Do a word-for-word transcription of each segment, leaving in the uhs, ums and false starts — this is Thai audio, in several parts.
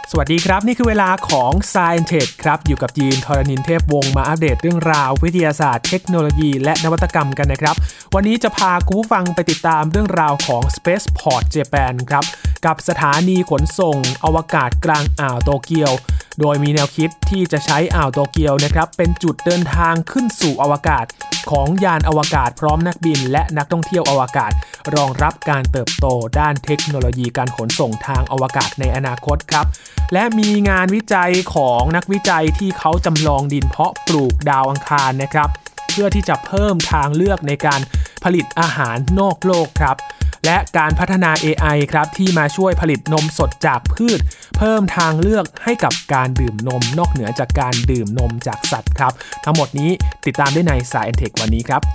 สวัสดีครับนี่คือเวลาของ Science Tech ครับอยู่กับยีนทรณินเทพวงศ์มาอัปเดตเรื่องราววิทยาศาสตร์เทคโนโลยีและนวัตกรรมกันนะครับวันนี้จะพาคุณผู้ฟังไปติดตามเรื่องราวของ Spaceport Japan ครับกับสถานีขนส่งอวกาศกลางอ่าวโตเกียวโดยมีแนวคิดที่จะใช้อ่าวโตเกียวนะครับเป็นจุดเดินทางขึ้นสู่อวกาศของยานอวกาศพร้อมนักบินและนักท่องเที่ยวอวกาศรองรับการเติบโตด้านเทคโนโลยีการขนส่งทางอวกาศในอนาคตครับและมีงานวิจัยของนักวิจัยที่เขาจำลองดินเพาะปลูกดาวอังคารนะครับเพื่อที่จะเพิ่มทางเลือกในการผลิตอาหารนอกโลกครับและการพัฒนา เอ ไอ ครับที่มาช่วยผลิตนมสดจากพืชเพิ่มทางเลือกให้กับการดื่มนมนอกเหนือจากการดื่มนมจากสัตว์ครับทั้งหมดนี้ติดตามได้ใน Science Tech วันนี้ครับ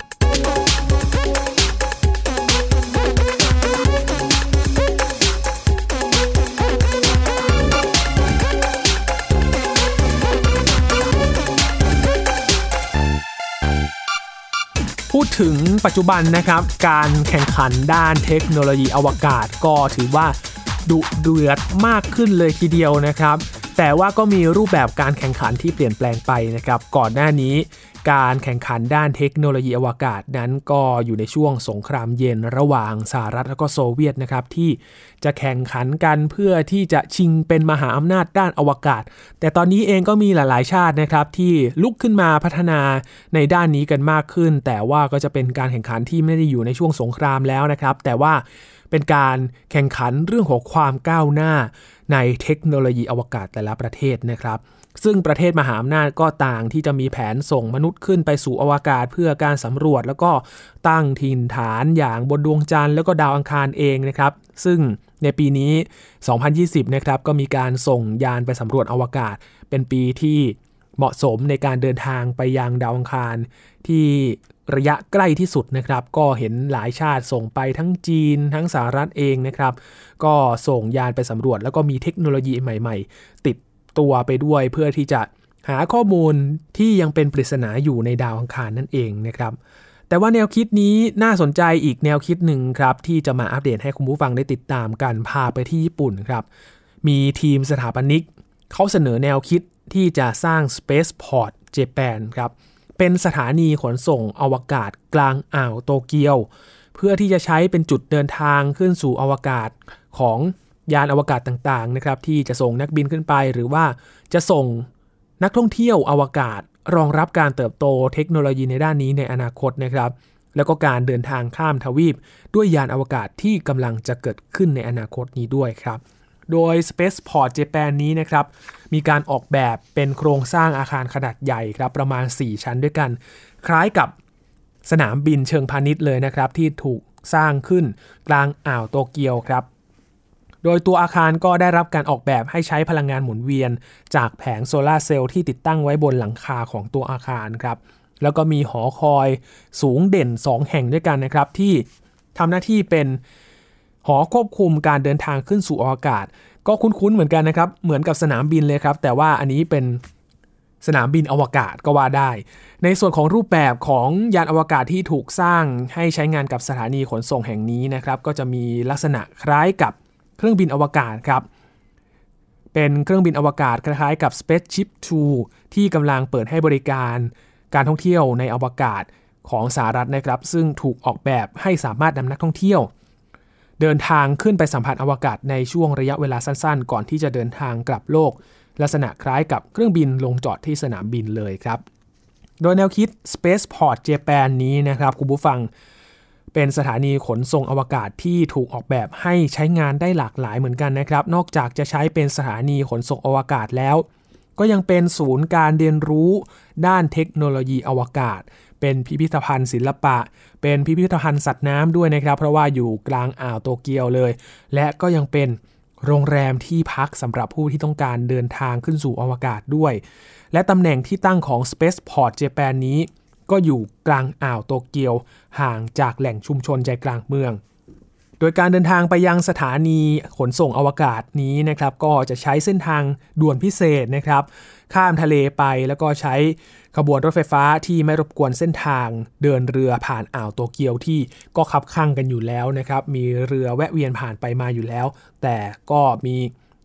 พูดถึงปัจจุบันนะครับการแข่งขันด้านเทคโนโลยีอวกาศก็ถือว่าดุเดือดมากขึ้นเลยทีเดียวนะครับแต่ว่าก็มีรูปแบบการแข่งขันที่เปลี่ยนแปลงไปนะครับก่อนหน้านี้การแข่งขันด้านเทคโนโลยีอวกาศนั้นก็อยู่ในช่วงสงครามเย็นระหว่างสหรัฐและก็โซเวียตนะครับที่จะแข่งขันกันเพื่อที่จะชิงเป็นมหาอำนาจด้านอวกาศแต่ตอนนี้เองก็มีหลายๆชาตินะครับที่ลุกขึ้นมาพัฒนาในด้านนี้กันมากขึ้นแต่ว่าก็จะเป็นการแข่งขันที่ไม่ได้อยู่ในช่วงสงครามแล้วนะครับแต่ว่าเป็นการแข่งขันเรื่องของความก้าวหน้าในเทคโนโลยีอวกาศแต่ละประเทศนะครับซึ่งประเทศมหาอำนาจก็ต่างที่จะมีแผนส่งมนุษย์ขึ้นไปสู่อวกาศเพื่อการสำรวจแล้วก็ตั้งถิ่นฐานอย่างบนดวงจันทร์แล้วก็ดาวอังคารเองนะครับซึ่งในปีนี้สองพันยี่สิบนะครับก็มีการส่งยานไปสำรวจอวกาศเป็นปีที่เหมาะสมในการเดินทางไปยังดาวอังคารที่ระยะใกล้ที่สุดนะครับก็เห็นหลายชาติส่งไปทั้งจีนทั้งสหรัฐเองนะครับก็ส่งยานไปสำรวจแล้วก็มีเทคโนโลยีใหม่ๆติดตัวไปด้วยเพื่อที่จะหาข้อมูลที่ยังเป็นปริศนาอยู่ในดาวอังคารนั่นเองนะครับแต่ว่าแนวคิดนี้น่าสนใจอีกแนวคิดหนึ่งครับที่จะมาอัปเดตให้คุณผู้ฟังได้ติดตามกันพาไปที่ญี่ปุ่นครับมีทีมสถาปนิกเขาเสนอแนวคิดที่จะสร้าง Spaceport Japan ครับเป็นสถานีขนส่งอวกาศกลางอ่าวโตเกียวเพื่อที่จะใช้เป็นจุดเดินทางขึ้นสู่อวกาศของยานอวกาศต่างๆนะครับที่จะส่งนักบินขึ้นไปหรือว่าจะส่งนักท่องเที่ยวอวกาศรองรับการเติบโตเทคโนโลยีในด้านนี้ในอนาคตนะครับแล้วก็การเดินทางข้ามทวีปด้วยยานอวกาศที่กำลังจะเกิดขึ้นในอนาคตนี้ด้วยครับโดย Spaceport Japan นี้นะครับมีการออกแบบเป็นโครงสร้างอาคารขนาดใหญ่ครับประมาณสี่ชั้นด้วยกันคล้ายกับสนามบินเชิงพาณิชย์เลยนะครับที่ถูกสร้างขึ้นกลางอ่าวโตเกียวครับโดยตัวอาคารก็ได้รับการออกแบบให้ใช้พลังงานหมุนเวียนจากแผงโซลาร์เซลล์ที่ติดตั้งไว้บนหลังคาของตัวอาคารครับแล้วก็มีหอคอยสูงเด่นสองแห่งด้วยกันนะครับที่ทำหน้าที่เป็นหอควบคุมการเดินทางขึ้นสู่อวกาศก็คุ้นๆเหมือนกันนะครับเหมือนกับสนามบินเลยครับแต่ว่าอันนี้เป็นสนามบินอวกาศก็ว่าได้ในส่วนของรูปแบบของยานอวกาศที่ถูกสร้างให้ใช้งานกับสถานีขนส่งแห่งนี้นะครับก็จะมีลักษณะคล้ายกับเครื่องบินอวกาศครับเป็นเครื่องบินอวกาศคล้ายๆกับ Spaceship ทู ที่กำลังเปิดให้บริการการท่องเที่ยวในอวกาศของสหรัฐนะครับซึ่งถูกออกแบบให้สามารถนำนักท่องเที่ยวเดินทางขึ้นไปสัมผัสอวกาศในช่วงระยะเวลาสั้นๆก่อนที่จะเดินทางกลับโลกลักษณะคล้ายกับเครื่องบินลงจอดที่สนามบินเลยครับโดยแนวคิด Spaceport Japan นี้นะครับคุณผู้ฟังเป็นสถานีขนส่งอวกาศที่ถูกออกแบบให้ใช้งานได้หลากหลายเหมือนกันนะครับนอกจากจะใช้เป็นสถานีขนส่งอวกาศแล้วก็ยังเป็นศูนย์การเรียนรู้ด้านเทคโนโลยีอวกาศเป็นพิพิธภัณฑ์ศิลปะเป็นพิพิธภัณฑ์สัตว์น้ำด้วยนะครับเพราะว่าอยู่กลางอ่าวโตเกียวเลยและก็ยังเป็นโรงแรมที่พักสำหรับผู้ที่ต้องการเดินทางขึ้นสู่อวกาศด้วยและตำแหน่งที่ตั้งของ Spaceport Japan นี้ก็อยู่กลางอ่าวโตเกียวห่างจากแหล่งชุมชนใจกลางเมืองโดยการเดินทางไปยังสถานีขนส่งอวกาศนี้นะครับก็จะใช้เส้นทางด่วนพิเศษนะครับข้ามทะเลไปแล้วก็ใช้ขบวนรถไฟฟ้าที่ไม่รบกวนเส้นทางเดินเรือผ่านอ่าวโตเกียวที่ก็คับคั่งกันอยู่แล้วนะครับมีเรือแวะเวียนผ่านไปมาอยู่แล้วแต่ก็มี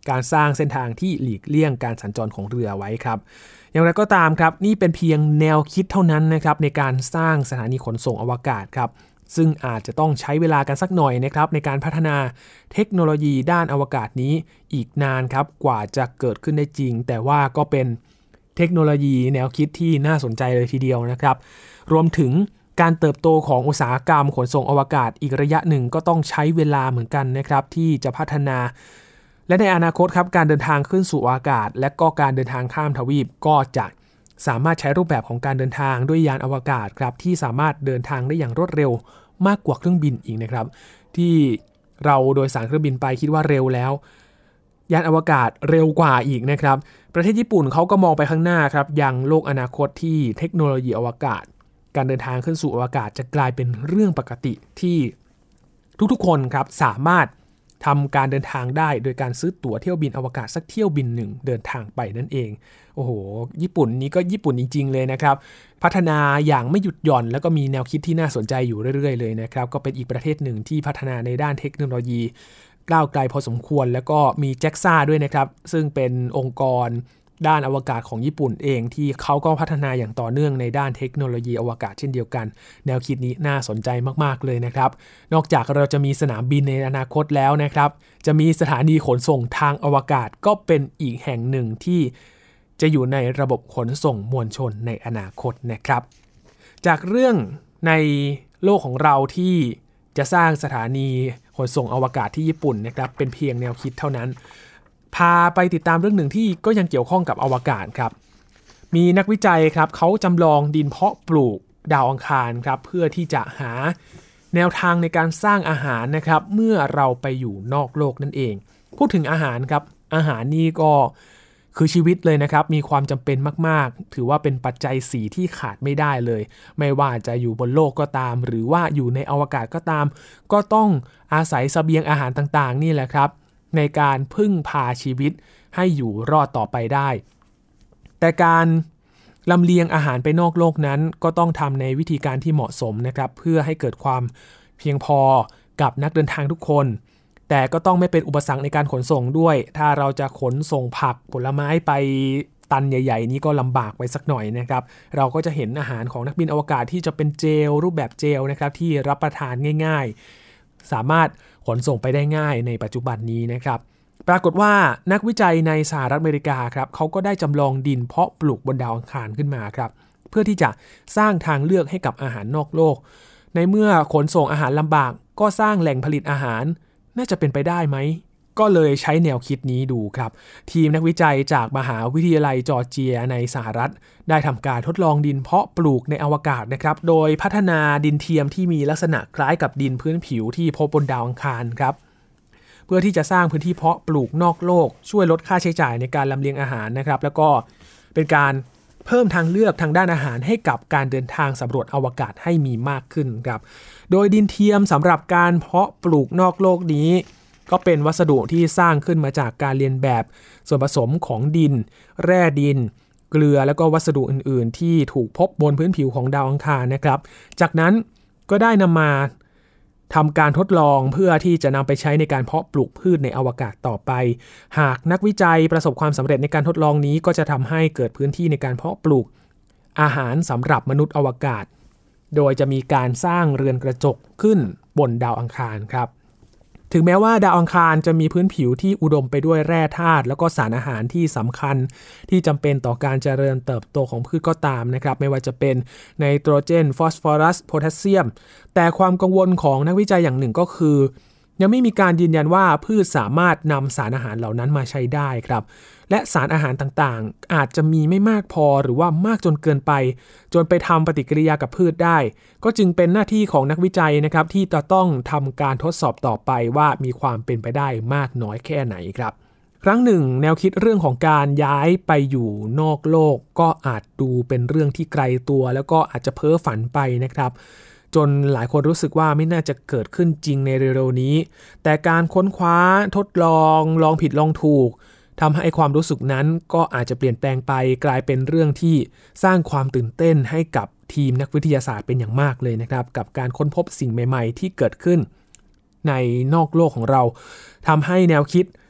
การสร้างเส้นทางที่หลีกเลี่ยงการสัญจรของเรือไว้ครับอย่างไรก็ตามครับนี่เป็นเพียงแนวคิดเท่านั้นนะครับในการสร้างสถานีขนส่งอวกาศครับซึ่งอาจจะต้องใช้เวลากันสักหน่อยนะครับในการพัฒนาเทคโนโลยีด้านอวกาศนี้อีกนานครับกว่าจะเกิดขึ้นได้จริงแต่ว่าก็เป็นเทคโนโลยีแนวคิดที่น่าสนใจเลยทีเดียวนะครับรวมถึงการเติบโตของอุตสาหกรรมขนส่งอวกาศอีกระยะหนึ่งก็ต้องใช้เวลาเหมือนกันนะครับที่จะพัฒนาและในอนาคตครับการเดินทางขึ้นสู่อากาศและก็การเดินทางข้ามทวีปก็จะสามารถใช้รูปแบบของการเดินทางด้วยยานอวกาศครับที่สามารถเดินทางได้อย่างรวดเร็วมากกว่าเครื่องบินอีกนะครับที่เราโดยสารเครื่องบินไปคิดว่าเร็วแล้วยานอวกาศเร็วกว่าอีกนะครับประเทศญี่ปุ่นเขาก็มองไปข้างหน้าครับยังโลกอนาคตที่เทคโนโลยีอวกาศการเดินทางขึ้นสู่อวกาศจะกลายเป็นเรื่องปกติที่ทุกๆคนครับสามารถทำการเดินทางได้โดยการซื้อตั๋วเที่ยวบินอวกาศสักเที่ยวบินหนึ่งเดินทางไปนั่นเองโอ้โหญี่ปุ่นนี้ก็ญี่ปุ่นจริงๆเลยนะครับพัฒนาอย่างไม่หยุดหย่อนแล้วก็มีแนวคิดที่น่าสนใจอยู่เรื่อยๆเลยนะครับก็เป็นอีกประเทศหนึ่งที่พัฒนาในด้านเทคโนโลยีก้าวไกลพอสมควรแล้วก็มี เจ เอ็ก เอ เอ ด้วยนะครับซึ่งเป็นองค์กรด้านอวกาศของญี่ปุ่นเองที่เขาก็พัฒนาอย่างต่อเนื่องในด้านเทคโนโลยีอวกาศเช่นเดียวกันแนวคิดนี้น่าสนใจมากๆเลยนะครับนอกจากเราจะมีสนามบินในอนาคตแล้วนะครับจะมีสถานีขนส่งทางอวกาศก็เป็นอีกแห่งหนึ่งที่จะอยู่ในระบบขนส่งมวลชนในอนาคตนะครับจากเรื่องในโลกของเราที่จะสร้างสถานีขนส่งอวกาศที่ญี่ปุ่นนะครับเป็นเพียงแนวคิดเท่านั้นพาไปติดตามเรื่องหนึ่งที่ก็ยังเกี่ยวข้องกับอวกาศครับมีนักวิจัยครับเขาจำลองดินเพาะปลูกดาวอังคารครับเพื่อที่จะหาแนวทางในการสร้างอาหารนะครับเมื่อเราไปอยู่นอกโลกนั่นเองพูดถึงอาหารครับอาหารนี่ก็คือชีวิตเลยนะครับมีความจำเป็นมากๆถือว่าเป็นปัจจัยสี่ที่ขาดไม่ได้เลยไม่ว่าจะอยู่บนโลกก็ตามหรือว่าอยู่ในอวกาศก็ตามก็ต้องอาศัยเสบียงอาหารต่างๆนี่แหละครับในการพึ่งพาชีวิตให้อยู่รอดต่อไปได้แต่การลำเลียงอาหารไปนอกโลกนั้นก็ต้องทำในวิธีการที่เหมาะสมนะครับเพื่อให้เกิดความเพียงพอกับนักเดินทางทุกคนแต่ก็ต้องไม่เป็นอุปสรรคในการขนส่งด้วยถ้าเราจะขนส่งผักผลไม้ไปตันใหญ่ๆนี้ก็ลำบากไปสักหน่อยนะครับเราก็จะเห็นอาหารของนักบินอวกาศที่จะเป็นเจลรูปแบบเจลนะครับที่รับประทานง่ายๆสามารถขนส่งไปได้ง่ายในปัจจุบันนี้นะครับปรากฏว่านักวิจัยในสหรัฐอเมริกาครับเขาก็ได้จำลองดินเพาะปลูกบนดาวอังคารขึ้นมาครับเพื่อที่จะสร้างทางเลือกให้กับอาหารนอกโลกในเมื่อขนส่งอาหารลำบากก็สร้างแหล่งผลิตอาหารน่าจะเป็นไปได้ไหมก็เลยใช้แนวคิดนี้ดูครับทีมนักวิจัยจากมหาวิทยาลัยจอร์เจียในสหรัฐได้ทำการทดลองดินเพาะปลูกในอวกาศนะครับโดยพัฒนาดินเทียมที่มีลักษณะคล้ายกับดินพื้นผิวที่พบบนดาวอังคารครับเพื่อที่จะสร้างพื้นที่เพาะปลูกนอกโลกช่วยลดค่าใช้จ่ายในการลำเลียงอาหารนะครับแล้วก็เป็นการเพิ่มทางเลือกทางด้านอาหารให้กับการเดินทางสำรวจอวกาศให้มีมากขึ้นครับโดยดินเทียมสำหรับการเพาะปลูกนอกโลกนี้ก็เป็นวัสดุที่สร้างขึ้นมาจากการเรียนแบบส่วนผสมของดินแร่ดินเกลือแล้วก็วัสดุอื่นๆที่ถูกพบบนพื้นผิวของดาวอังคารนะครับจากนั้นก็ได้นำมาทำการทดลองเพื่อที่จะนำไปใช้ในการเพาะปลูกพืชในอวกาศต่อไปหากนักวิจัยประสบความสำเร็จในการทดลองนี้ก็จะทำให้เกิดพื้นที่ในการเพาะปลูกอาหารสำหรับมนุษย์อวกาศโดยจะมีการสร้างเรือนกระจกขึ้นบนดาวอังคารครับถึงแม้ว่าดาวอังคารจะมีพื้นผิวที่อุดมไปด้วยแร่ธาตุแล้วก็สารอาหารที่สำคัญที่จำเป็นต่อการเจริญเติบโตของพืชก็ตามนะครับไม่ว่าจะเป็นไนโตรเจนฟอสฟอรัสโพแทสเซียมแต่ความกังวลของนักวิจัยอย่างหนึ่งก็คือยังไม่มีการยืนยันว่าพืชสามารถนำสารอาหารเหล่านั้นมาใช้ได้ครับและสารอาหารต่างๆอาจจะมีไม่มากพอหรือว่ามากจนเกินไปจนไปทำปฏิกิริยากับพืชได้ก็จึงเป็นหน้าที่ของนักวิจัยนะครับที่จะต้องทำการทดสอบต่อไปว่ามีความเป็นไปได้มากน้อยแค่ไหนครับครั้งหนึ่งแนวคิดเรื่องของการย้ายไปอยู่นอกโลกก็อาจดูเป็นเรื่องที่ไกลตัวแล้วก็อาจจะเพ้อฝันไปนะครับจนหลายคนรู้สึกว่าไม่น่าจะเกิดขึ้นจริงในเร็วๆนี้แต่การค้นคว้าทดลองลองผิดลองถูกทำให้ความรู้สึกนั้นก็อาจจะเปลี่ยนแปลงไปกลายเป็นเรื่องที่สร้างความตื่นเต้นให้กับทีมนักวิทยาศาสตร์เป็นอย่างมากเลยนะครับกับการค้นพบสิ่งใหม่ๆที่เกิดขึ้นในนอกโลกของเราทำให้แนวคิด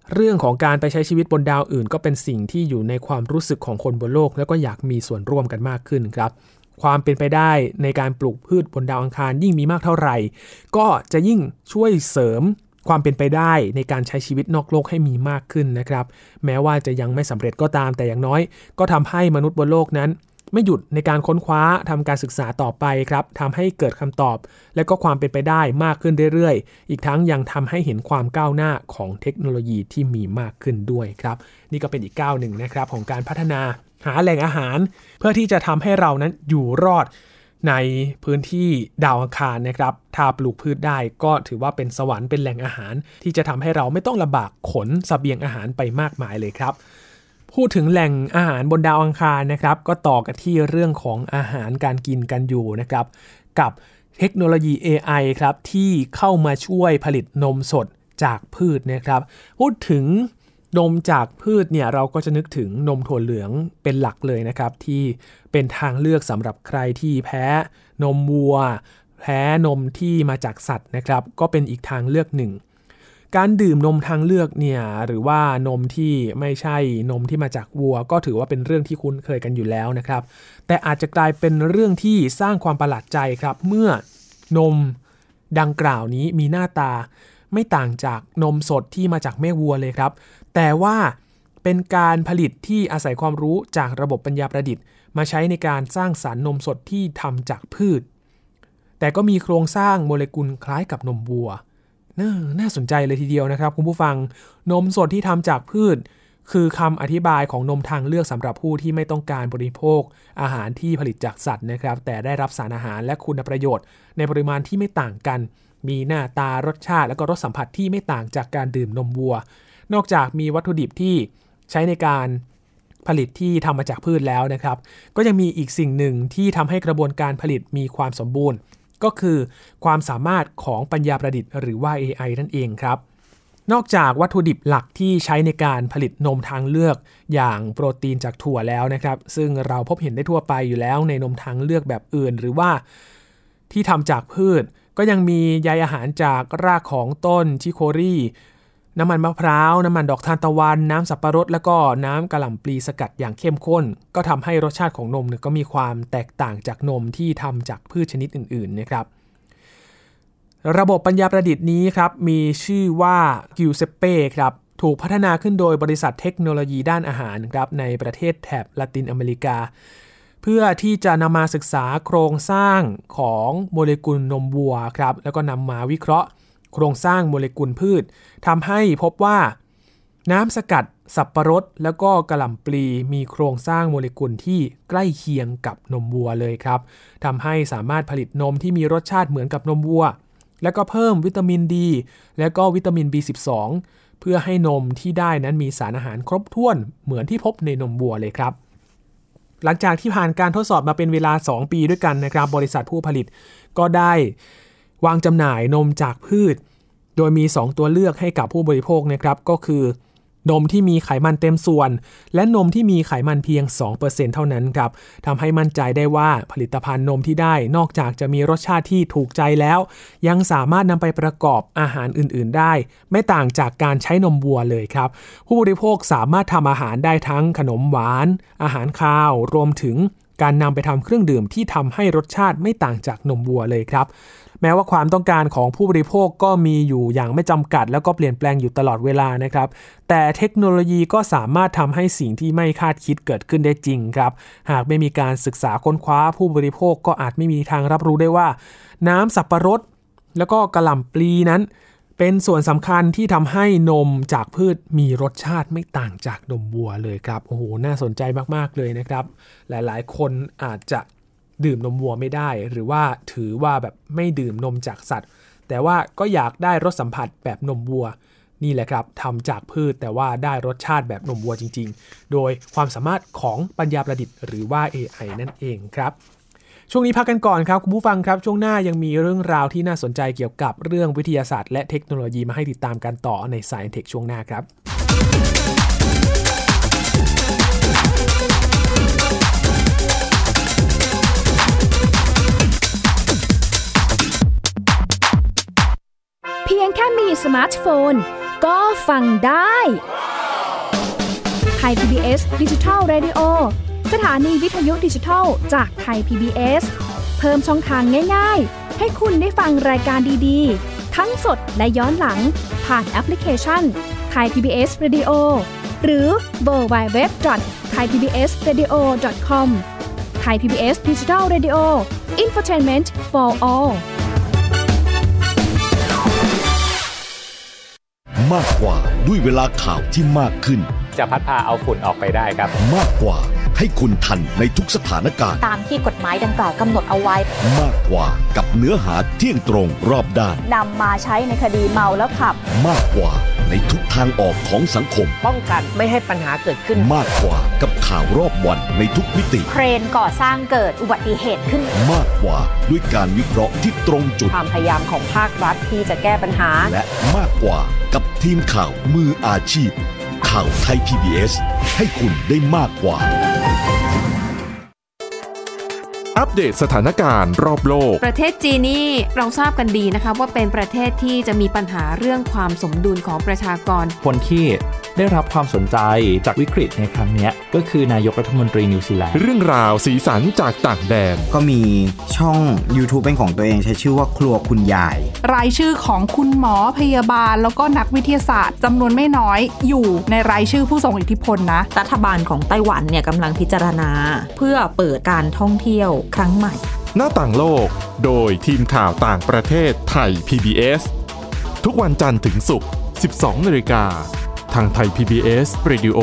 เรื่องของการไปใช้ชีวิตบนดาวอื่นก็เป็นสิ่งที่อยู่ในความรู้สึกของคนบนโลกแล้วก็อยากมีส่วนร่วมกันมากขึ้นครับความเป็นไปได้ในการปลูกพืชบนดาวอังคารยิ่งมีมากเท่าไหร่ก็จะยิ่งช่วยเสริมความเป็นไปได้ในการใช้ชีวิตนอกโลกให้มีมากขึ้นนะครับแม้ว่าจะยังไม่สำเร็จก็ตามแต่อย่างน้อยก็ทำให้มนุษย์บนโลกนั้นไม่หยุดในการค้นคว้าทำการศึกษาต่อไปครับทำให้เกิดคำตอบและก็ความเป็นไปได้มากขึ้นเรื่อยๆอีกทั้งยังทำให้เห็นความก้าวหน้าของเทคโนโลยีที่มีมากขึ้นด้วยครับนี่ก็เป็นอีกก้าวหนึ่งนะครับของการพัฒนาหาแหล่งอาหารเพื่อที่จะทำให้เรานั้นอยู่รอดในพื้นที่ดาวอังคารนะครับถ้าปลูกพืชได้ก็ถือว่าเป็นสวรรค์เป็นแหล่งอาหารที่จะทำให้เราไม่ต้องลำบากขนเสบียงอาหารไปมากมายเลยครับพูดถึงแหล่งอาหารบนดาวอังคารนะครับก็ต่อกันที่เรื่องของอาหารการกินกันอยู่นะครับกับเทคโนโลยี เอ ไอ ครับที่เข้ามาช่วยผลิตนมสดจากพืชนะครับพูดถึงนมจากพืชเนี่ยเราก็จะนึกถึงนมถั่วเหลืองเป็นหลักเลยนะครับที่เป็นทางเลือกสำหรับใครที่แพ้นมวัวแพ้นมที่มาจากสัตว์นะครับก็เป็นอีกทางเลือกหนึ่งการดื่มนมทางเลือกเนี่ยหรือว่านมที่ไม่ใช่นมที่มาจากวัวก็ถือว่าเป็นเรื่องที่คุ้นเคยกันอยู่แล้วนะครับแต่อาจจะกลายเป็นเรื่องที่สร้างความประหลาดใจครับเมื่อนมดังกล่าวนี้มีหน้าตาไม่ต่างจากนมสดที่มาจากแม่วัวเลยครับแต่ว่าเป็นการผลิตที่อาศัยความรู้จากระบบปัญญาประดิษฐ์มาใช้ในการสร้างสรรค์นมสดที่ทำจากพืชแต่ก็มีโครงสร้างโมเลกุลคล้ายกับนมวัวน่าน่าสนใจเลยทีเดียวนะครับคุณผู้ฟังนมสดที่ทำจากพืชคือคำอธิบายของนมทางเลือกสำหรับผู้ที่ไม่ต้องการบริโภคอาหารที่ผลิตจากสัตว์นะครับแต่ได้รับสารอาหารและคุณประโยชน์ในปริมาณที่ไม่ต่างกันมีหน้าตารสชาติและก็รสสัมผัสที่ไม่ต่างจากการดื่มนมวัวนอกจากมีวัตถุดิบที่ใช้ในการผลิตที่ทำมาจากพืชแล้วนะครับก็ยังมีอีกสิ่งหนึ่งที่ทำให้กระบวนการผลิตมีความสมบูรณ์ก็คือความสามารถของปัญญาประดิษฐ์หรือว่า เอ ไอ นั่นเองครับนอกจากวัตถุดิบหลักที่ใช้ในการผลิตนมทางเลือกอย่างโปรตีนจากถั่วแล้วนะครับซึ่งเราพบเห็นได้ทั่วไปอยู่แล้วในนมทางเลือกแบบอื่นหรือว่าที่ทำจากพืชก็ยังมีใยอาหารจากรากของต้นชิโครี่น้ำมันมะพร้าวน้ำมันดอกทานตะวันน้ำสับปะรดแล้วก็น้ำกะหล่ำปลีสกัดอย่างเข้มข้นก็ทำให้รสชาติของนมเนี่ยก็มีความแตกต่างจากนมที่ทำจากพืชชนิดอื่นๆนะครับระบบปัญญาประดิษฐ์นี้ครับมีชื่อว่า Giuseppe ครับถูกพัฒนาขึ้นโดยบริษัทเทคโนโลยีด้านอาหารครับในประเทศแถบละตินอเมริกาเพื่อที่จะนำมาศึกษาโครงสร้างของโมเลกุลนมวัวครับแล้วก็นำมาวิเคราะห์โครงสร้างโมเลกุลพืชทำให้พบว่าน้ำสกัดสับปะรดแล้วก็กะหล่ำปลีมีโครงสร้างโมเลกุลที่ใกล้เคียงกับนมวัวเลยครับทำให้สามารถผลิตนมที่มีรสชาติเหมือนกับนมวัวแล้วก็เพิ่มวิตามินดีและก็วิตามิน บี สิบสอง เพื่อให้นมที่ได้นั้นมีสารอาหารครบถ้วนเหมือนที่พบในนมวัวเลยครับหลังจากที่ผ่านการทดสอบมาเป็นเวลาสองปีด้วยกันนะครับบริษัทผู้ผลิตก็ได้วางจำหน่ายนมจากพืชโดยมีสองตัวเลือกให้กับผู้บริโภคนะครับก็คือนมที่มีไขมันเต็มส่วนและนมที่มีไขมันเพียง สองเปอร์เซ็นต์ เท่านั้นครับทำให้มั่นใจได้ว่าผลิตภัณฑ์นมที่ได้นอกจากจะมีรสชาติที่ถูกใจแล้วยังสามารถนำไปประกอบอาหารอื่นๆได้ไม่ต่างจากการใช้นมวัวเลยครับผู้บริโภคสามารถทำอาหารได้ทั้งขนมหวานอาหารคาวรวมถึงการนำไปทำเครื่องดื่มที่ทำให้รสชาติไม่ต่างจากนมวัวเลยครับแม้ว่าความต้องการของผู้บริโภคก็มีอยู่อย่างไม่จำกัดแล้วก็เปลี่ยนแปลงอยู่ตลอดเวลานะครับแต่เทคโนโลยีก็สามารถทำให้สิ่งที่ไม่คาดคิดเกิดขึ้นได้จริงครับหากไม่มีการศึกษาค้นคว้าผู้บริโภคก็อาจไม่มีทางรับรู้ได้ว่าน้ำสับปะรดแล้วก็กะหล่ำปลีนั้นเป็นส่วนสำคัญที่ทำให้นมจากพืชมีรสชาติไม่ต่างจากนมวัวเลยครับโอ้โหน่าสนใจมากๆเลยนะครับหลายๆคนอาจจะดื่มนมวัวไม่ได้หรือว่าถือว่าแบบไม่ดื่มนมจากสัตว์แต่ว่าก็อยากได้รสสัมผัสแบบนมวัวนี่แหละครับทำจากพืชแต่ว่าได้รสชาติแบบนมวัวจริงๆโดยความสามารถของปัญญาประดิษฐ์หรือว่า เอ ไอ นั่นเองครับช่วงนี้พักกันก่อนครับคุณผู้ฟังครับช่วงหน้ายังมีเรื่องราวที่น่าสนใจเกี่ยวกับเรื่องวิทยาศาสตร์และเทคโนโลยีมาให้ติดตามกันต่อใน Science Tech ช่วงหน้าครับเพียงแค่มีสมาร์ทโฟนก็ฟังได้ไทย พี บี เอส Digital Radio สถานีวิทยุดิจิทัลจากไทย พี บี เอส เพิ่มช่องทางง่ายๆให้คุณได้ฟังรายการดีๆทั้งสดและย้อนหลังผ่านแอปพลิเคชัน Thai พี บี เอส Radio หรือ ดับเบิลยู ดับเบิลยู ดับเบิลยู ดอท ไทย พี บี เอส เรดิโอ ดอท คอม Thai พี บี เอส Digital Radio Infotainment for all มากกว่าด้วยเวลาข่าวที่มากขึ้นจะพัดพาเอาฝุ่นออกไปได้ครับมากกว่าให้คุณทันในทุกสถานการณ์ตามที่กฎหมายดังกล่าวกำหนดเอาไว้มากกว่ากับเนื้อหาเที่ยงตรงรอบด้านนำมาใช้ในคดีเมาแล้วขับมากกว่าในทุกทางออกของสังคมป้องกันไม่ให้ปัญหาเกิดขึ้นมากกว่ากับข่าวรอบวันในทุกมิติเครนก่อสร้างเกิดอุบัติเหตุขึ้นมากกว่าด้วยการวิเคราะห์ที่ตรงจุดความพยายามของภาครัฐที่จะแก้ปัญหาและมากกว่ากับทีมข่าวมืออาชีพข่าวไทย พี บี เอส ให้คุณได้มากกว่าอัปเดตสถานการณ์รอบโลกประเทศจีนนี่เราทราบกันดีนะคะว่าเป็นประเทศที่จะมีปัญหาเรื่องความสมดุลของประชากรคนที่ได้รับความสนใจจากวิกฤตในครั้งนี้ก็คือนายกรัฐมนตรีนิวซีแลนด์เรื่องราวสีสันจากต่างแดนก็มีช่อง YouTube เป็นของตัวเองใช้ชื่อว่าครัวคุณยายรายชื่อของคุณหมอพยาบาลแล้วก็นักวิทยาศาสตร์จำนวนไม่น้อยอยู่ในรายชื่อผู้ทรงอิทธิพลนะรัฐบาลของไต้หวันเนี่ยกำลังพิจารณาเพื่อเปิดการท่องเที่ยวครั้งใหม่หน้าต่างโลกโดยทีมข่าวต่างประเทศไทย พี บี เอส ทุกวันจันทร์ถึงศุกร์ สิบสองนาฬิกาทางไทย พี บี เอส Radio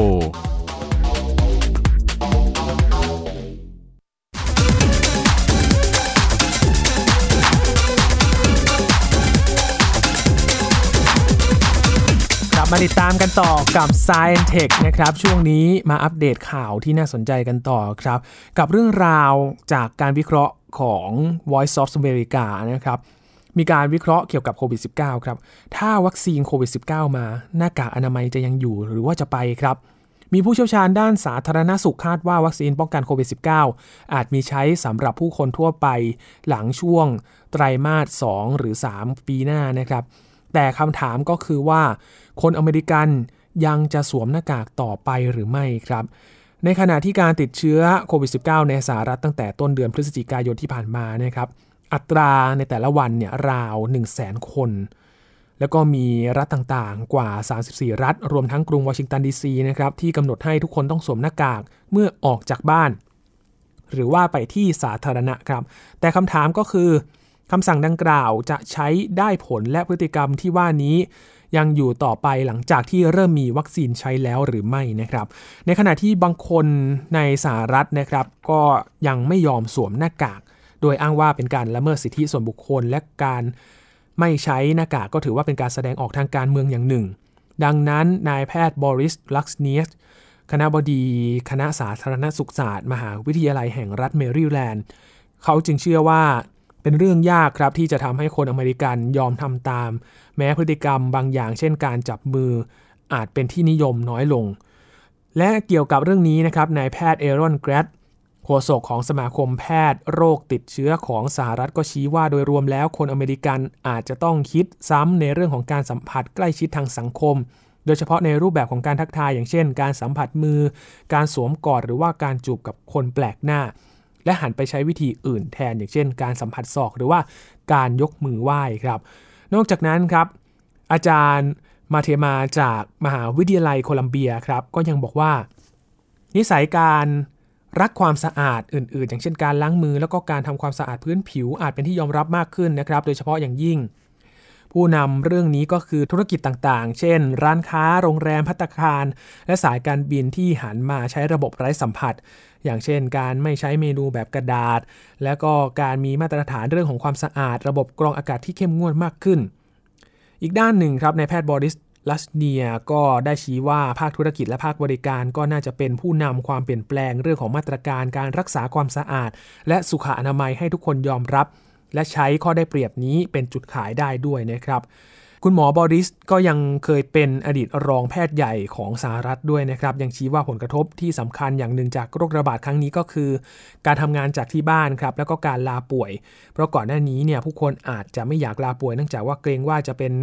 มาติดตามกันต่อกับ Science Tech นะครับช่วงนี้มาอัปเดตข่าวที่น่าสนใจกันต่อครับกับเรื่องราวจากการวิเคราะห์ของ Voice of America นะครับมีการวิเคราะห์เกี่ยวกับโควิด สิบเก้า ครับถ้าวัคซีนโควิด สิบเก้า มาหน้ากากอนามัยจะยังอยู่หรือว่าจะไปครับมีผู้เชี่ยวชาญด้านสาธารณสุขคาดว่าวัคซีนป้องกันโควิด สิบเก้า อาจมีใช้สำหรับผู้คนทั่วไปหลังช่วงไตรมาสสองหรือสามปีหน้านะครับแต่คำถามก็คือว่าคนอเมริกันยังจะสวมหน้ากากต่อไปหรือไม่ครับในขณะที่การติดเชื้อโควิด สิบเก้า ในสหรัฐตั้งแต่ต้นเดือนพฤศจิกายนที่ผ่านมานะครับอัตราในแต่ละวันเนี่ยราว หนึ่งแสน คนแล้วก็มีรัฐต่างๆกว่าสามสิบสี่รัฐรวมทั้งกรุงวอชิงตันดีซีนะครับที่กำหนดให้ทุกคนต้องสวมหน้ากากเมื่อออกจากบ้านหรือว่าไปที่สาธารณะครับแต่คำถามก็คือคำสั่งดังกล่าวจะใช้ได้ผลและพฤติกรรมที่ว่านี้ยังอยู่ต่อไปหลังจากที่เริ่มมีวัคซีนใช้แล้วหรือไม่นะครับในขณะที่บางคนในสหรัฐนะครับก็ยังไม่ยอมสวมหน้ากากโดยอ้างว่าเป็นการละเมิดสิทธิส่วนบุคคลและการไม่ใช้หน้ากากก็ถือว่าเป็นการแสดงออกทางการเมืองอย่างหนึ่งดังนั้นนายแพทย์บอริส ลักซ์เนียสคณบดีคณะสาธารณสุขศาสตร์มหาวิทยาลัยแห่งรัฐแมริแลนด์เขาจึงเชื่อว่าเป็นเรื่องยากครับที่จะทำให้คนอเมริกันยอมทำตามแม้พฤติกรรมบางอย่างเช่นการจับมืออาจเป็นที่นิยมน้อยลงและเกี่ยวกับเรื่องนี้นะครับนายแพทย์เอรอนแกรดโฆษกของสมาคมแพทย์โรคติดเชื้อของสหรัฐก็ชี้ว่าโดยรวมแล้วคนอเมริกันอาจจะต้องคิดซ้ำในเรื่องของการสัมผัสใกล้ชิดทางสังคมโดยเฉพาะในรูปแบบของการทักทายอย่างเช่นการสัมผัสมือการสวมกอดหรือว่าการจูบกับคนแปลกหน้าและหันไปใช้วิธีอื่นแทนอย่างเช่นการสัมผัสศอกหรือว่าการยกมือไหว้ครับนอกจากนั้นครับอาจารย์มาเทมาจากมหาวิทยาลัยโคลัมเบียครับก็ยังบอกว่านิสัยการรักความสะอาดอื่นๆอย่างเช่นการล้างมือแล้วก็การทำความสะอาดพื้นผิวอาจเป็นที่ยอมรับมากขึ้นนะครับโดยเฉพาะอย่างยิ่งผู้นำเรื่องนี้ก็คือธุรกิจต่างๆเช่นร้านค้าโรงแรมภัตตาคารและสายการบินที่หันมาใช้ระบบไร้สัมผัสอย่างเช่นการไม่ใช้เมนูแบบกระดาษและก็การมีมาตรฐานเรื่องของความสะอาดระบบกรองอากาศที่เข้มงวดมากขึ้นอีกด้านหนึ่งครับนายแพทย์บอริส ลัสเนียก็ได้ชี้ว่าภาคธุรกิจและภาคบริการก็น่าจะเป็นผู้นำความเปลี่ยนแปลงเรื่องของมาตรการการรักษาความสะอาดและสุขอนามัยให้ทุกคนยอมรับและใช้ข้อได้เปรียบนี้เป็นจุดขายได้ด้วยนะครับคุณหมอบอริสก็ยังเคยเป็นอดีตรองแพทย์ใหญ่ของสหรัฐด้วยนะครับยังชี้ว่าผลกระทบที่สำคัญอย่างหนึ่งจากโรคระบาดครั้งนี้ก็คือการทำงานจากที่บ้านครับแล้วก็การลาป่วยเพราะก่อนหน้านี้เนี่ยผู้คนอาจจะไม่อยากลาป่วยเนื่องจากว่าเกรงว่าจะเป็น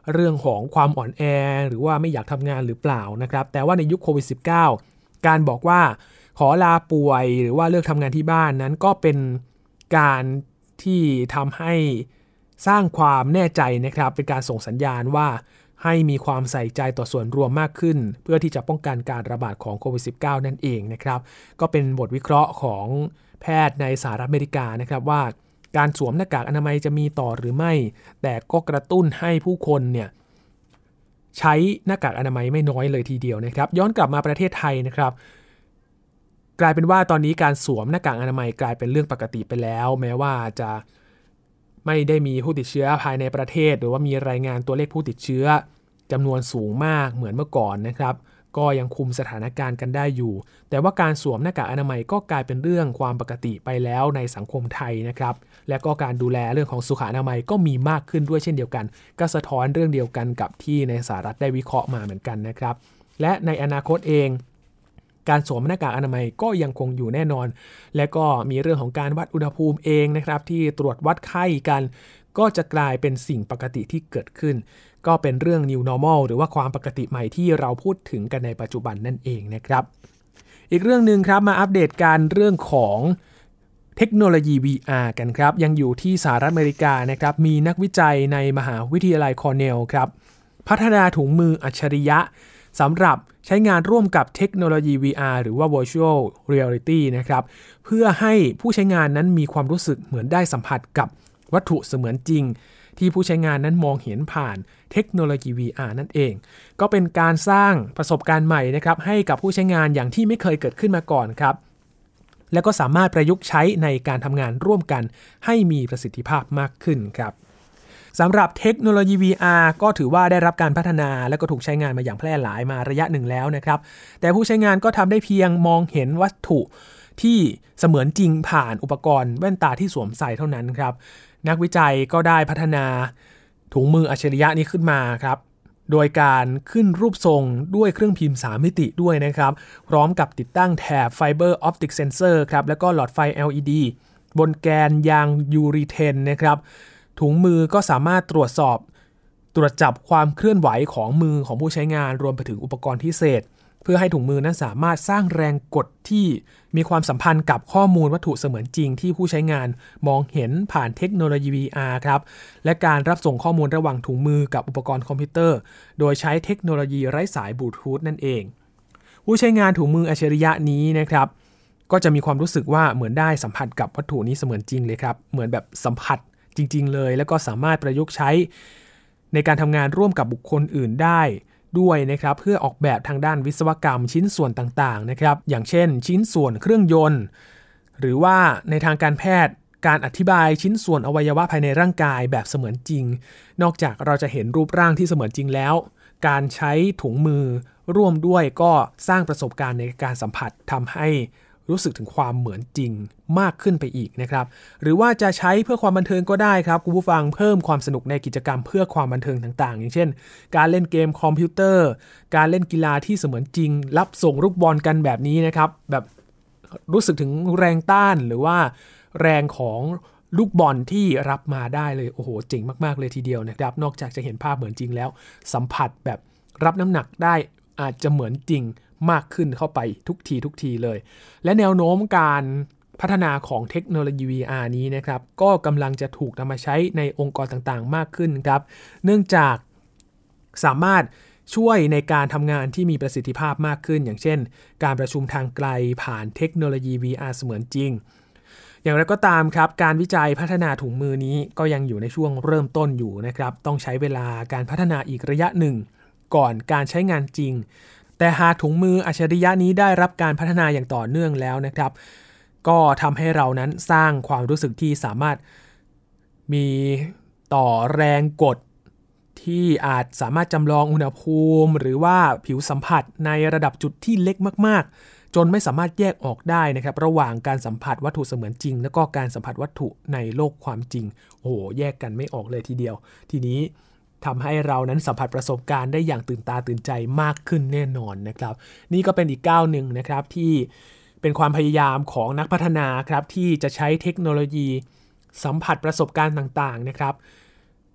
เรื่องของความอ่อนแอหรือว่าไม่อยากทำงานหรือเปล่านะครับแต่ว่าในยุคโควิด สิบเก้า การบอกว่าขอลาป่วยหรือว่าเลิกทำงานที่บ้านนั้นก็เป็นการที่ทำให้สร้างความแน่ใจนะครับเป็นการส่งสัญญาณว่าให้มีความใส่ใจต่อส่วนรวมมากขึ้นเพื่อที่จะป้องกันการระบาดของโควิด สิบเก้า นั่นเองนะครับก็เป็นบทวิเคราะห์ของแพทย์ในสหรัฐอเมริกานะครับว่าการสวมหน้ากากอนามัยจะมีต่อหรือไม่แต่ก็กระตุ้นให้ผู้คนเนี่ยใช้หน้ากากอนามัยไม่น้อยเลยทีเดียวนะครับย้อนกลับมาประเทศไทยนะครับกลายเป็นว่าตอนนี้การสวมหน้ากากอนามัยกลายเป็นเรื่องปกติไปแล้วแม้ว่าจะไม่ได้มีผู้ติดเชื้อภายในประเทศหรือว่ามีรายงานตัวเลขผู้ติดเชื้อจำนวนสูงมากเหมือนเมื่อก่อนนะครับก็ยังคุมสถานการณ์กันได้อยู่แต่ว่าการสวมหน้ากากอนามัยก็กลายเป็นเรื่องความปกติไปแล้วในสังคมไทยนะครับและก็การดูแลเรื่องของสุขอนามัยก็มีมากขึ้นด้วยเช่นเดียวกันก็สะท้อนเรื่องเดียวกันกับที่ในสหรัฐได้วิเคราะห์มาเหมือนกันนะครับและในอนาคตเองการสวมหน้ากากอนามัยก็ยังคงอยู่แน่นอนและก็มีเรื่องของการวัดอุณหภูมิเองนะครับที่ตรวจวัดไข้กันก็จะกลายเป็นสิ่งปกติที่เกิดขึ้นก็เป็นเรื่อง New Normal หรือว่าความปกติใหม่ที่เราพูดถึงกันในปัจจุบันนั่นเองนะครับอีกเรื่องนึงครับมาอัปเดตการเรื่องของเทคโนโลยี วี อาร์ กันครับยังอยู่ที่สหรัฐอเมริกานะครับมีนักวิจัยในมหาวิทยาลัยคอร์เนลครับพัฒนาถุงมืออัจฉริยะสำหรับใช้งานร่วมกับเทคโนโลยี วี อาร์ หรือว่า Virtual Reality นะครับเพื่อให้ผู้ใช้งานนั้นมีความรู้สึกเหมือนได้สัมผัสกับวัตถุเสมือนจริงที่ผู้ใช้งานนั้นมองเห็นผ่านเทคโนโลยี วี อาร์ นั่นเองก็เป็นการสร้างประสบการณ์ใหม่นะครับให้กับผู้ใช้งานอย่างที่ไม่เคยเกิดขึ้นมาก่อนครับแล้วก็สามารถประยุกต์ใช้ในการทำงานร่วมกันให้มีประสิทธิภาพมากขึ้นครับสำหรับเทคโนโลยี วี อาร์ ก็ถือว่าได้รับการพัฒนาและก็ถูกใช้งานมาอย่างแพร่หลายมาระยะหนึ่งแล้วนะครับแต่ผู้ใช้งานก็ทำได้เพียงมองเห็นวัตถุที่เสมือนจริงผ่านอุปกรณ์แว่นตาที่สวมใส่เท่านั้นครับนักวิจัยก็ได้พัฒนาถุงมืออัจฉริยะนี้ขึ้นมาครับโดยการขึ้นรูปทรงด้วยเครื่องพิมพ์สามมิติด้วยนะครับพร้อมกับติดตั้งแถบไฟเบอร์ออปติกเซนเซอร์ครับแล้วก็หลอดไฟ แอล อี ดี บนแกนยางยูรีเทนนะครับถุงมือก็สามารถตรวจสอบตรวจจับความเคลื่อนไหวของมือของผู้ใช้งานรวมไปถึงอุปกรณ์พิเศษเพื่อให้ถุงมือนั้นสามารถสร้างแรงกดที่มีความสัมพันธ์กับข้อมูลวัตถุเสมือนจริงที่ผู้ใช้งานมองเห็นผ่านเทคโนโลยี วี อาร์ ครับและการรับส่งข้อมูลระหว่างถุงมือกับอุปกรณ์คอมพิวเตอร์โดยใช้เทคโนโลยีไร้สายบลูทูธนั่นเองผู้ใช้งานถุงมืออัจฉริยะนี้นะครับก็จะมีความรู้สึกว่าเหมือนได้สัมผัสกับวัตถุนี้เสมือนจริงเลยครับเหมือนแบบสัมผัสจริงๆเลยแล้วก็สามารถประยุกต์ใช้ในการทำงานร่วมกับบุคคลอื่นได้ด้วยนะครับเพื่อออกแบบทางด้านวิศวกรรมชิ้นส่วนต่างๆนะครับอย่างเช่นชิ้นส่วนเครื่องยนต์หรือว่าในทางการแพทย์การอธิบายชิ้นส่วนอวัยวะภายในร่างกายแบบเสมือนจริงนอกจากเราจะเห็นรูปร่างที่เสมือนจริงแล้วการใช้ถุงมือร่วมด้วยก็สร้างประสบการณ์ในการสัมผัสทำให้รู้สึกถึงความเหมือนจริงมากขึ้นไปอีกนะครับหรือว่าจะใช้เพื่อความบันเทิงก็ได้ครับคุณผู้ฟังเพิ่มความสนุกในกิจกรรมเพื่อความบันเทิงต่างๆอย่างเช่นการเล่นเกมคอมพิวเตอร์การเล่นกีฬาที่เสมือนจริงรับส่งลูกบอลกันแบบนี้นะครับแบบรู้สึกถึงแรงต้านหรือว่าแรงของลูกบอลที่รับมาได้เลยโอ้โหเจ๋งมากๆเลยทีเดียวนะครับนอกจากจะเห็นภาพเหมือนจริงแล้วสัมผัสแบบรับน้ำหนักได้อาจจะเหมือนจริงมากขึ้นเข้าไปทุกทีทุกทีเลยและแนวโน้มการพัฒนาของเทคโนโลยี วี อาร์ นี้นะครับก็กำลังจะถูกนำมาใช้ในองค์กรต่างๆมากขึ้นครับเนื่องจากสามารถช่วยในการทำงานที่มีประสิทธิภาพมากขึ้นอย่างเช่นการประชุมทางไกลผ่านเทคโนโลยี วี อาร์ เสมือนจริงอย่างไรก็ตามครับการวิจัยพัฒนาถุงมือนี้ก็ยังอยู่ในช่วงเริ่มต้นอยู่นะครับต้องใช้เวลาการพัฒนาอีกระยะหนึ่งก่อนการใช้งานจริงแต่หากถุงมืออัจฉริยะนี้ได้รับการพัฒนาอย่างต่อเนื่องแล้วนะครับก็ทำให้เรานั้นสร้างความรู้สึกที่สามารถมีต่อแรงกดที่อาจสามารถจำลองอุณหภูมิหรือว่าผิวสัมผัสในระดับจุดที่เล็กมากๆจนไม่สามารถแยกออกได้นะครับระหว่างการสัมผัสวัตถุเสมือนจริงแล้วก็การสัมผัสวัตถุในโลกความจริงโอ้โหแยกกันไม่ออกเลยทีเดียวทีนี้ทำให้เรานั้นสัมผัสประสบการณ์ได้อย่างตื่นตาตื่นใจมากขึ้นแน่นอนนะครับนี่ก็เป็นอีกก้าวหนึ่งนะครับที่เป็นความพยายามของนักพัฒนาครับที่จะใช้เทคโนโลยีสัมผัสประสบการณ์ต่างๆนะครับ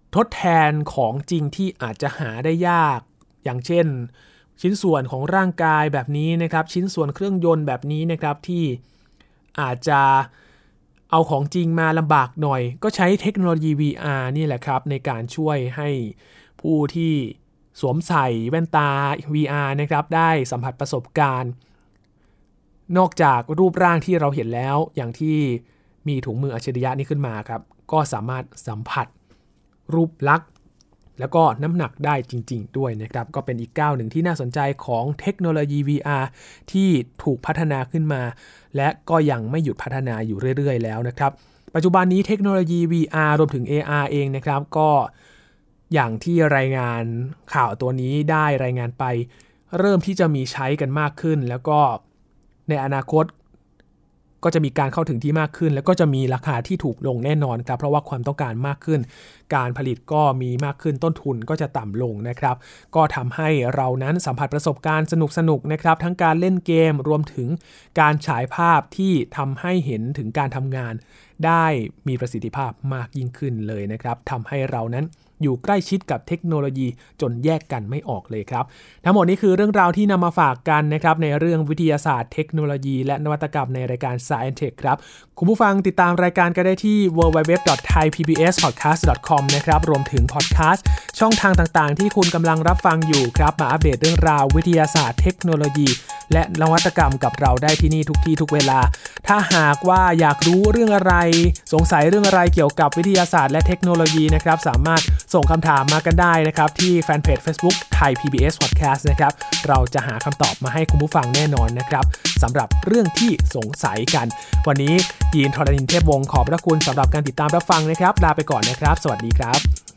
ทดแทนของจริงที่อาจจะหาได้ยากอย่างเช่นชิ้นส่วนของร่างกายแบบนี้นะครับชิ้นส่วนเครื่องยนต์แบบนี้นะครับที่อาจจะเอาของจริงมาลำบากหน่อยก็ใช้เทคโนโลยี วี อาร์ นี่แหละครับในการช่วยให้ผู้ที่สวมใส่แว่นตา วี อาร์ นะครับได้สัมผัสประสบการณ์นอกจากรูปร่างที่เราเห็นแล้วอย่างที่มีถุงมืออัจฉริยะนี้ขึ้นมาครับก็สามารถสัมผัสรูปลักษณ์แล้วก็น้ำหนักได้จริงๆด้วยนะครับก็เป็นอีกก้าวหนึ่งที่น่าสนใจของเทคโนโลยี วี อาร์ ที่ถูกพัฒนาขึ้นมาและก็ยังไม่หยุดพัฒนาอยู่เรื่อยๆแล้วนะครับปัจจุบันนี้เทคโนโลยี วี อาร์ รวมถึง เอ อาร์ เองนะครับก็อย่างที่รายงานข่าวตัวนี้ได้รายงานไปเริ่มที่จะมีใช้กันมากขึ้นแล้วก็ในอนาคตก็จะมีการเข้าถึงที่มากขึ้นแล้วก็จะมีราคาที่ถูกลงแน่นอนครับเพราะว่าความต้องการมากขึ้นการผลิตก็มีมากขึ้นต้นทุนก็จะต่ำลงนะครับก็ทำให้เรานั้นสัมผัสประสบการณ์สนุกๆนะครับทั้งการเล่นเกมรวมถึงการฉายภาพที่ทำให้เห็นถึงการทำงานได้มีประสิทธิภาพมากยิ่งขึ้นเลยนะครับทำให้เรานั้นอยู่ใกล้ชิดกับเทคโนโลยีจนแยกกันไม่ออกเลยครับทั้งหมดนี้คือเรื่องราวที่นำมาฝากกันนะครับในเรื่องวิทยาศาสตร์เทคโนโลยีและนวัตกรรมในรายการ Science Tech ครับคุณผู้ฟังติดตามรายการกันได้ที่ ดับเบิลยู ดับเบิลยู ดับเบิลยู ดอท ไทย พี บี เอส พอดแคสต์ ดอท คอม นะครับรวมถึงพอดแคสต์ช่องทางต่างๆที่คุณกำลังรับฟังอยู่ครับมาอัปเดตเรื่องราววิทยาศาสตร์เทคโนโลยีและนวัตกรรมกับเราได้ที่นี่ทุกที่ทุกเวลาถ้าหากว่าอยากรู้เรื่องอะไรสงสัยเรื่องอะไรเกี่ยวกับวิทยาศาสตร์และเทคโนโลยีนะครับสามารถส่งคำถามมากันได้นะครับที่แฟนเพจ Facebook ไทย พี บี เอส Podcast นะครับเราจะหาคำตอบมาให้คุณผู้ฟังแน่นอนนะครับสำหรับเรื่องที่สงสัยกันวันนี้ยีนทรณินเทพวงศ์ขอบพระคุณสำหรับการติดตามรับฟังนะครับลาไปก่อนนะครับสวัสดีครับ